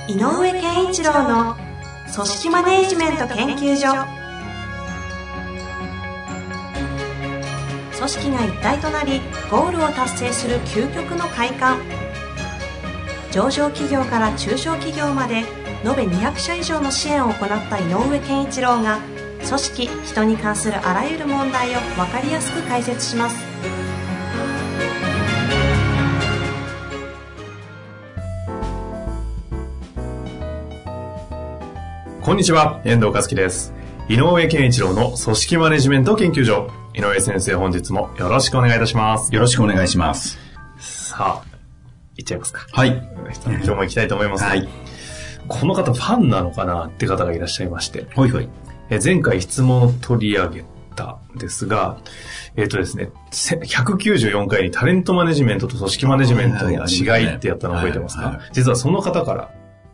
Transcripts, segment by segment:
井上健一郎の組織マネジメント研究所。組織が一体となりゴールを達成する究極の快感。上場企業から中小企業まで延べ200社以上の支援を行った井上健一郎が、組織・人に関するあらゆる問題を分かりやすく解説します。 こんにちは、遠藤和樹です。井上健一郎の組織マネジメント研究所。井上先生、本日もよろしくお願いいたします。 よろしくお願いします。 さあ、いっちゃいますか。 はい。 今日も行きたいと思います。 はい。 この方ファンなのかなって方がいらっしゃいまして。 はいはい。 前回質問を取り上げたんですが、ですね、194回にタレントマネジメントと組織マネジメントの違いってやったのを覚えてますか？実はその方から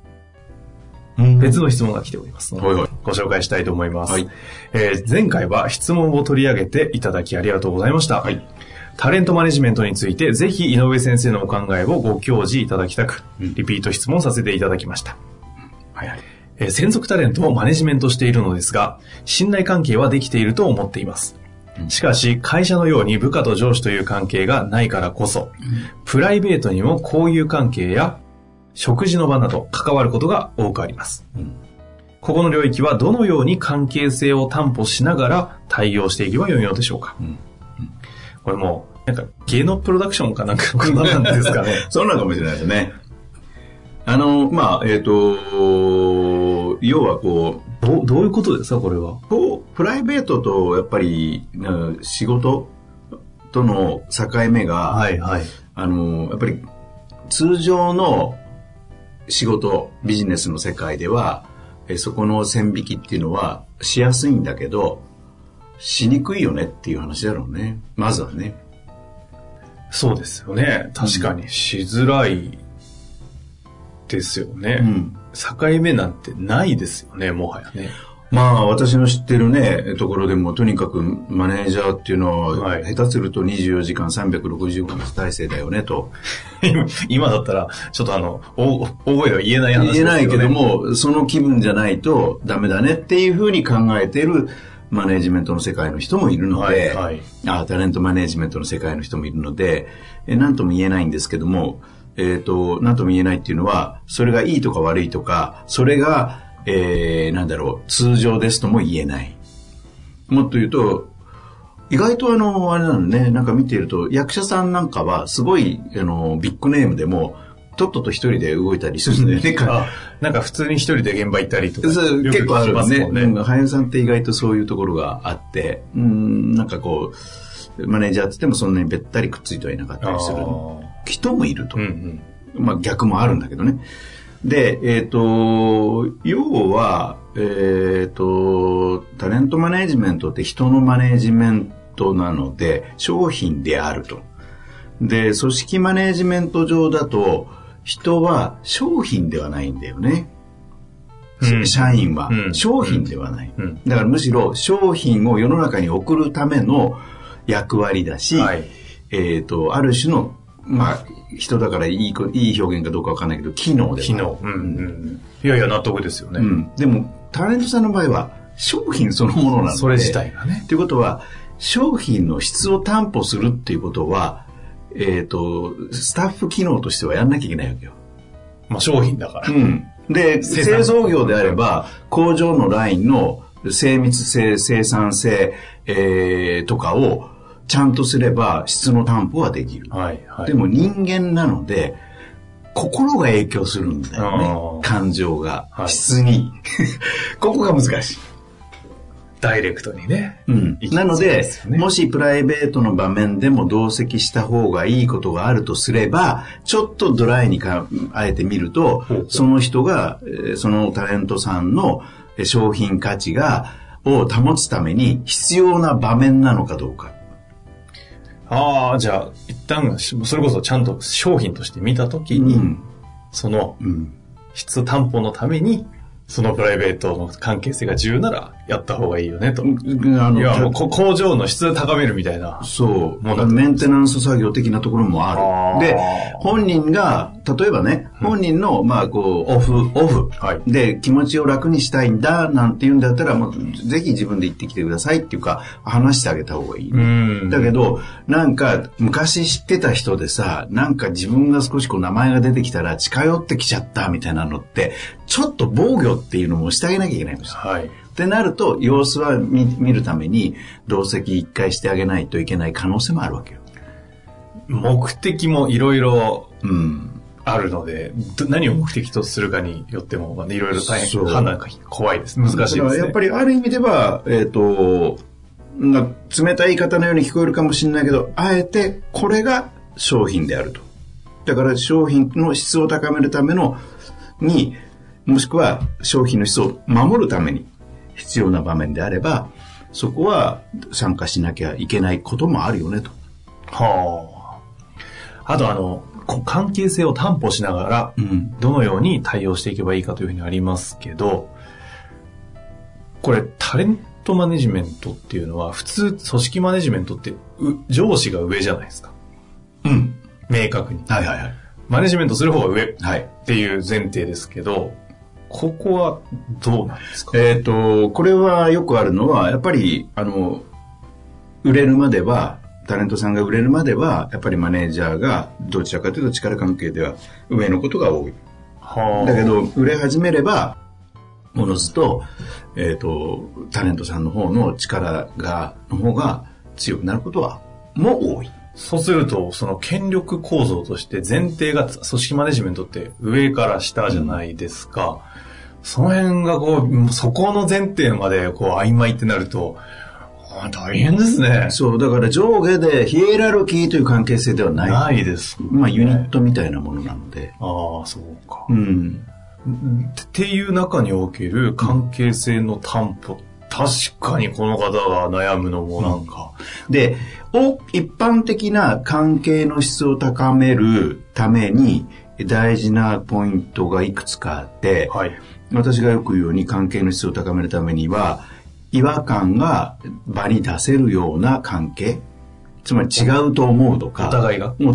別の質問が来ておりますので、ご紹介したいと思います。はい。前回は質問を取り上げていただきありがとうございました。はい。タレントマネジメントについてぜひ井上先生のお考えをご教示いただきたく、リピート質問させていただきました。はいはい。専属タレントをマネジメントしているのですが、信頼関係はできていると思っています。しかし、会社のように部下と上司という関係がないからこそ、プライベートにも交友関係や食事の場など関わることが多くあります。ここの領域はどのように関係性を担保しながら対応していけばよいのでしょうか。これもう、なんか芸能プロダクションかなんかのことなんですかね。 そうなのかもしれないですね。要はこう、どういうことですか、これは。 プライベートとやっぱり仕事との境目が、はいはい、やっぱり通常の仕事、ビジネスの世界では、そこの線引きっていうのはしやすいんだけど、しにくいよねっていう話だろうね。まずはね。 そうですよね。確かにしづらいですよね。境目なんてないですよね、もはやね。 まあ私の知ってるね、ところでもとにかくマネージャーっていうのは、下手すると24時間365日体制だよねと。 今だったら、ちょっと大声は言えない話ですよね。 言えないけども、その気分じゃないとダメだねっていうふうに考えているマネージメントの世界の人もいるので、タレントマネージメントの世界の人もいるので、なんとも言えないんですけども、なんとも言えないっていうのは、それがいいとか悪いとか、それが、通常ですとも言えない。もっと言うと、意外とあれなのね、なんか見ていると、役者さんなんかは、すごい、ビッグネームでも、とっとと一人で動いたりするんだよね。 なんか普通に一人で現場行ったりとか。 結構あるね。俳優さんって意外とそういうところがあって、なんかこう、マネージャーって言ってもそんなにべったりくっついてはいなかったりする人もいると。まあ逆もあるんだけどね。で、要は、タレントマネージメントって人のマネージメントなので、商品であると。で、組織マネージメント上だと、人は商品ではないんだよね。社員は商品ではない。だからむしろ商品を世の中に送るための役割だし、ある種の、まあ、人だからいい表現かどうかわかんないけど、機能で。 機能。いやいや、納得ですよね。 でも、タレントさんの場合は、商品そのものなので。 それ自体がね。 ということは、商品の質を担保するっていうことは、スタッフ機能としてはやんなきゃいけないわけよ。 まあ、商品だから。 で、製造業であれば、工場のラインの精密性、生産性、とかを、ちゃんとすれば質の担保はできる。でも人間なので、心が影響するんだよね。感情が、質に。ここが難しい。 ダイレクトにね。 なので、もしプライベートの場面でも同席した方がいいことがあるとすれば、ちょっとドライにあえて見ると、その人が、そのタレントさんの商品価値を保つために必要な場面なのかどうか。 じゃあ、一旦、それこそちゃんと商品として見たときに、質担保のために、そのプライベートの関係性が重要ならやった方がいいよねと。いや、もう工場の質を高めるみたいな。 そう。メンテナンス作業的なところもある。で、本人が、例えばね、本人の、オフ、で、気持ちを楽にしたいんだ、なんて言うんだったら、ぜひ自分で行ってきてくださいっていうか、話してあげた方がいい、ね。だけど、なんか、昔知ってた人でさ、なんか自分が少し名前が出てきたら近寄ってきちゃったみたいなのって、ちょっと防御っていうのもしてあげなきゃいけないんです。はい。ってなると、様子は見るために、同席一回してあげないといけない可能性もあるわけよ。 目的もいろいろあるので、何を目的とするかによっても、いろいろ大変、判断が怖いです。難しいですね。 やっぱりある意味では、冷たい言い方のように聞こえるかもしれないけど、あえてこれが商品であると。だから商品の質を高めるためのもしくは商品の質を守るために必要な場面であれば、そこは参加しなきゃいけないこともあるよねと。 はあ。あと関係性を担保しながら、どのように対応していけばいいかというふうにありますけど、これタレントマネジメントっていうのは、普通組織マネジメントって上司が上じゃないですか。明確に。 はいはいはい。 マネジメントする方が上っていう前提ですけど、ここはどうなんですか？ これはよくあるのは、やっぱり、売れるまでは、タレントさんが売れるまでは、やっぱりマネージャーが、どちらかというと力関係では上のことが多い。だけど、売れ始めれば、おのずと、タレントさんの方の力の方が強くなることは、もう多い。 そうすると、その権力構造として前提が組織マネジメントって上から下じゃないですか。その辺がそこの前提まで曖昧ってなると、大変ですね。 そう、だから上下でヒエラルキーという関係性ではない。 ないです、 ね。ユニットみたいなものなので。 ああ、そうか。っていう中における関係性の担保、確かにこの方が悩むのもなんか。 で、一般的な関係の質を高めるために大事なポイントがいくつかあって、私がよく言うように関係の質を高めるためには、違和感が場に出せるような関係、つまり違うと思うとか。 お互いが。 違う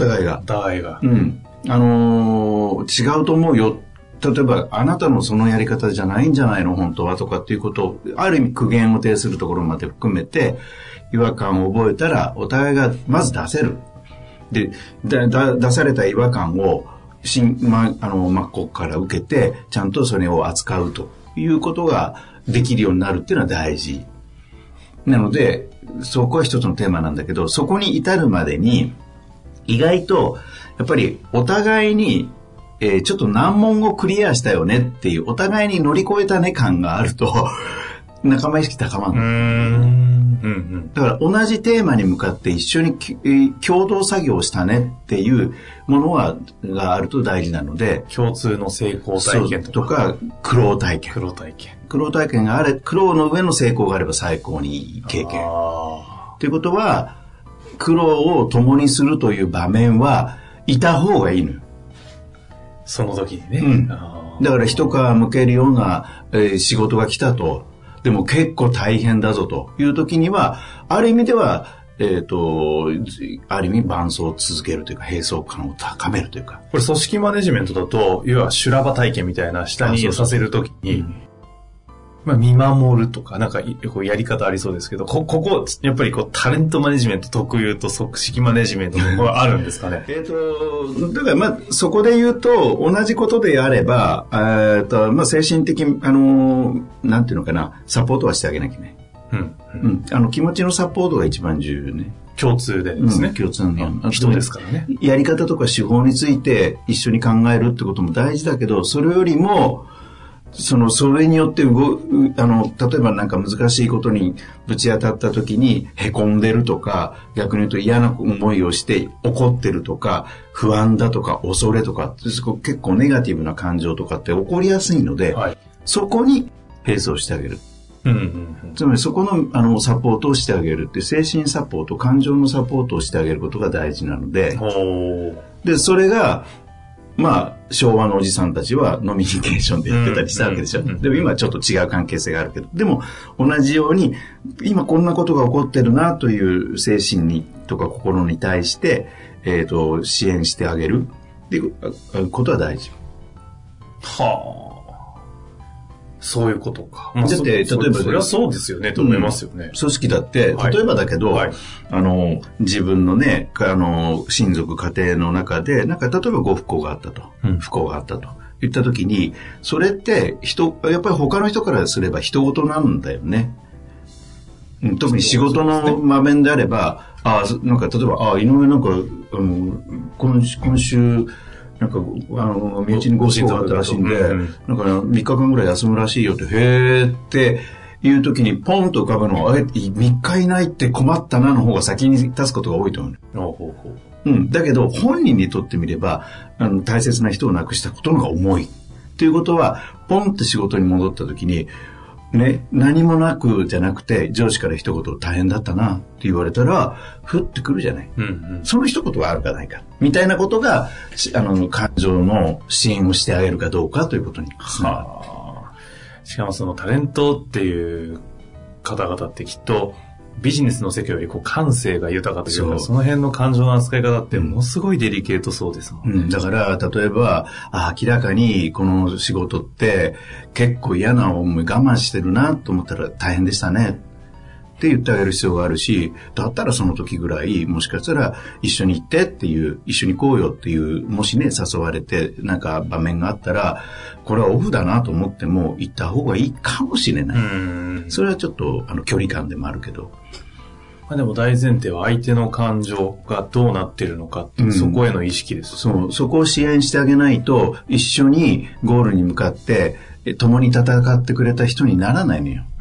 と思うよ。例えば、あなたのそのやり方じゃないんじゃないの本当はとかっていうことを、ある意味苦言を呈するところまで含めて、違和感を覚えたら、お互いがまず出せる。で、出された違和感を、真っ向から受けて、ちゃんとそれを扱うということができるようになるっていうのは大事。なので、そこは一つのテーマなんだけど、そこに至るまでに、意外と、やっぱりお互いに、ちょっと難問をクリアしたよねっていう、お互いに乗り越えたね感があると、仲間意識高まる。だから同じテーマに向かって一緒に共同作業したねっていうものがあると大事なので、 共通の成功体験とか苦労体験があれ、苦労の上の成功があれば最高にいい経験ということは、苦労を共にするという場面はいた方がいいのよ。 その時にね。 だから一皮向けるような、仕事が来たと。でも結構大変だぞという時には、ある意味では、ある意味伴走を続けるというか、並走感を高めるというか。 これ組織マネジメントだと、要は修羅場体験みたいな下にさせるときに、見守るとか、なんかやり方ありそうですけど、ここ、やっぱりタレントマネジメント特有と組織マネジメントのあるんですかね。 だからそこで言うと、同じことであれば、精神的、なんていうのかな、サポートはしてあげなきゃね。気持ちのサポートが一番重要ね。 共通でですね。 共通の人ですからね。 やり方とか手法について一緒に考えるってことも大事だけど、それよりも、それによって例えばなんか難しいことにぶち当たった時に凹んでるとか、逆に言うと嫌な思いをして怒ってるとか、不安だとか恐れとか、結構ネガティブな感情とかって起こりやすいので、そこに並走してあげる。つまりそこのサポートをしてあげるって、精神サポート、感情のサポートをしてあげることが大事なので、でそれがまあ、昭和のおじさんたちはノミニケーションでやってたりしたわけでしょ。でも今はちょっと違う関係性があるけど、でも同じように、今こんなことが起こってるなという精神にとか心に対して、支援してあげるっていうことは大事。 はあ。そういうことか。 だって、例えば、 それはそうですよね、と思いますよね。 組織だって、例えばだけど、自分のね、親族、家庭の中で、なんか、例えばご不幸があったと、不幸があったと言ったときに、それって、やっぱり他の人からすれば人事なんだよね。特に仕事の場面であれば、なんか、例えば、井上なんか、今週、なんか、身内にご親族があったらしいんで、なんか3日間ぐらい休むらしいよって、へーっていう時にポンと浮かぶのは、3日いないって困ったなの方が先に立つことが多いと思う。だけど、本人にとってみれば、大切な人を亡くしたことのが重い。ということは、ポンって仕事に戻った時に、ね、何もなくじゃなくて、上司から一言大変だったなって言われたら、ふってくるじゃない。その一言はあるかないか。みたいなことが、感情の支援をしてあげるかどうかということに。 しかもそのタレントっていう方々ってきっと、ビジネスの世界より感性が豊かというか、その辺の感情の扱い方ってものすごいデリケートそうですもんね。 だから、例えば、明らかにこの仕事って結構嫌な思い我慢してるなと思ったら大変でしたねって言ってあげる必要があるし、だったらその時ぐらい、もしかしたら一緒に行ってっていう、一緒に行こうよっていう、もしね、誘われてなんか場面があったら、これはオフだなと思っても行った方がいいかもしれない。それはちょっと距離感でもあるけど。 でも大前提は相手の感情がどうなってるのかっていう、そこへの意識です。 そこを支援してあげないと、一緒にゴールに向かって共に戦ってくれた人にならないのよ。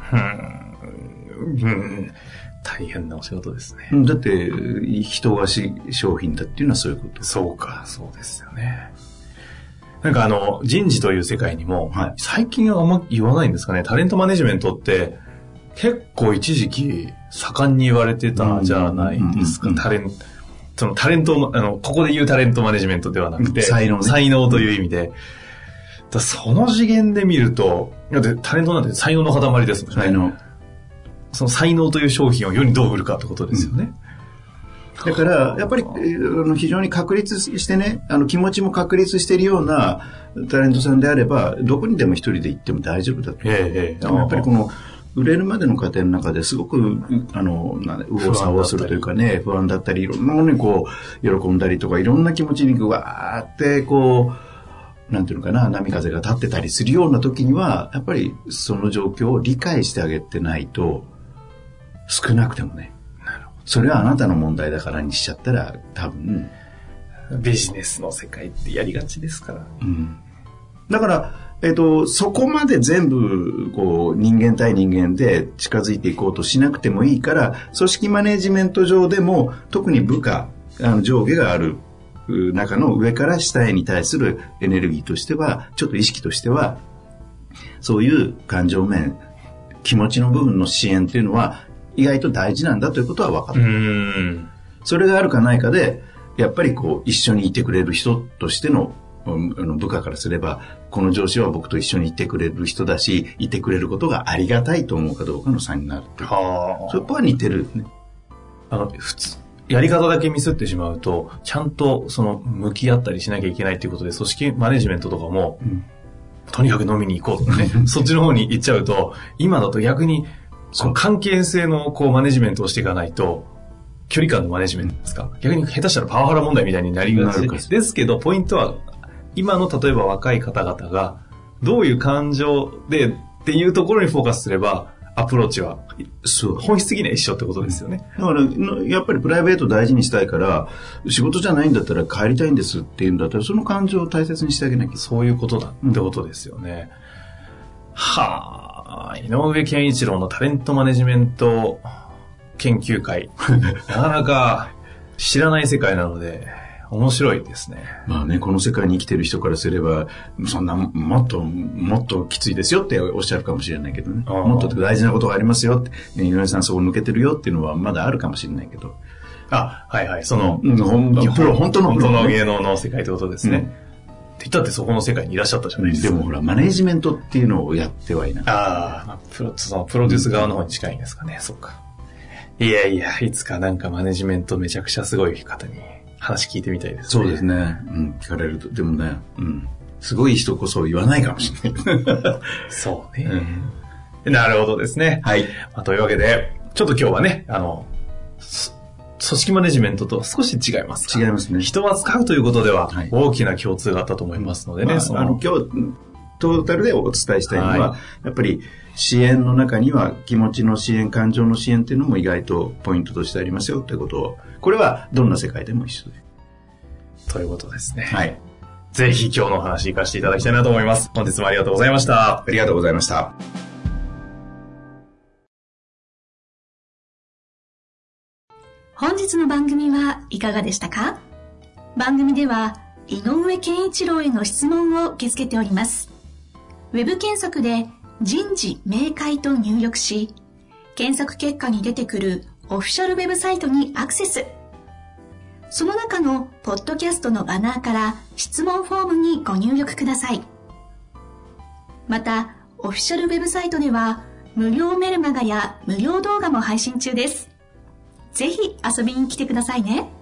大変なお仕事ですね。 だって人が商品だっていうのはそういうこと。 そうか、そうですよね。なんか人事という世界にも、最近はあんま言わないんですかね。タレントマネジメントって結構一時期盛んに言われてたじゃないですか。タレント、ここで言うタレントマネジメントではなくて、才能という意味で。その次元で見ると、タレントなんて才能の塊ですもんね。才能。その才能という商品を世にどう売るかってことですよね。 だから、やっぱり、非常に確立してね、気持ちも確立しているようなタレントさんであれば、どこにでも一人で行っても大丈夫だと。やっぱりこの、売れるまでの過程の中ですごく、右往左往するというかね、不安だったり、いろんなものに喜んだりとか、いろんな気持ちにわーってなんていうのかな、波風が立ってたりするような時には、やっぱりその状況を理解してあげてないと、少なくてもね。それはあなたの問題だからにしちゃったら、多分。 ビジネスの世界ってやりがちですから。 だから、そこまで全部、人間対人間で近づいていこうとしなくてもいいから、組織マネジメント上でも、特に部下、上下がある中の上から下へに対するエネルギーとしては、ちょっと意識としては、そういう感情面、気持ちの部分の支援っていうのは、意外と大事なんだということは分かる。それがあるかないかで、やっぱり一緒にいてくれる人としての部下からすれば、この上司は僕と一緒にいてくれる人だし、いてくれることがありがたいと思うかどうかの差になる。そこは似てるね。 普通、やり方だけミスってしまうと、ちゃんと向き合ったりしなきゃいけないっていうことで、組織マネジメントとかも、とにかく飲みに行こうとかね、そっちの方に行っちゃうと、今だと逆に、関係性のマネジメントをしていかないと、距離感のマネジメントですか。逆に下手したらパワハラ問題みたいになりがちですけど、ポイントは、今の例えば若い方々が、どういう感情でっていうところにフォーカスすれば、アプローチは、本質的には一緒ってことですよね。 だから、やっぱりプライベートを大事にしたいから、仕事じゃないんだったら帰りたいんですっていうんだったら、その感情を大切にしてあげなきゃ。 そういうことだってことですよね。井上健一郎のタレントマネジメント研究会。なかなか知らない世界なので、面白いですね。 この世界に生きてる人からすれば、そんな、もっときついですよっておっしゃるかもしれないけどね。もっと大事なことがありますよって、井上さんそこ抜けてるよっていうのはまだあるかもしれないけど。 はいはい。本当のプロ、 本当の芸能の世界ってことですね。 って言ったってそこの世界にいらっしゃったじゃないですか。 でもほら、マネージメントっていうのをやってはいなかった。 ああ、プロデュース側の方に近いんですかね。そっか。いやいや、いつかなんかマネジメントめちゃくちゃすごい方に話聞いてみたいですね。 そうですね。聞かれると。でもね、すごい人こそ言わないかもしれない。 そうね、なるほどですね。 はい。 というわけで、ちょっと今日はね、組織マネジメントと少し違います。 違いますね。 人を扱うということでは大きな共通があったと思いますのでね。 今日、トータルでお伝えしたいのは、やっぱり支援の中には気持ちの支援、感情の支援っていうのも意外とポイントとしてありますよということを、これはどんな世界でも一緒で。 ということですね。 はい。 ぜひ今日のお話活かしていただきたいなと思います。本日もありがとうございました。 ありがとうございました。 本日の番組はいかがでしたか？番組では井上健一郎への質問を受け付けております。ウェブ検索で人事明快と入力し、検索結果に出てくるオフィシャルウェブサイトにアクセス。その中のポッドキャストのバナーから質問フォームにご入力ください。また、オフィシャルウェブサイトでは無料メルマガや無料動画も配信中です。ぜひ遊びに来てくださいね。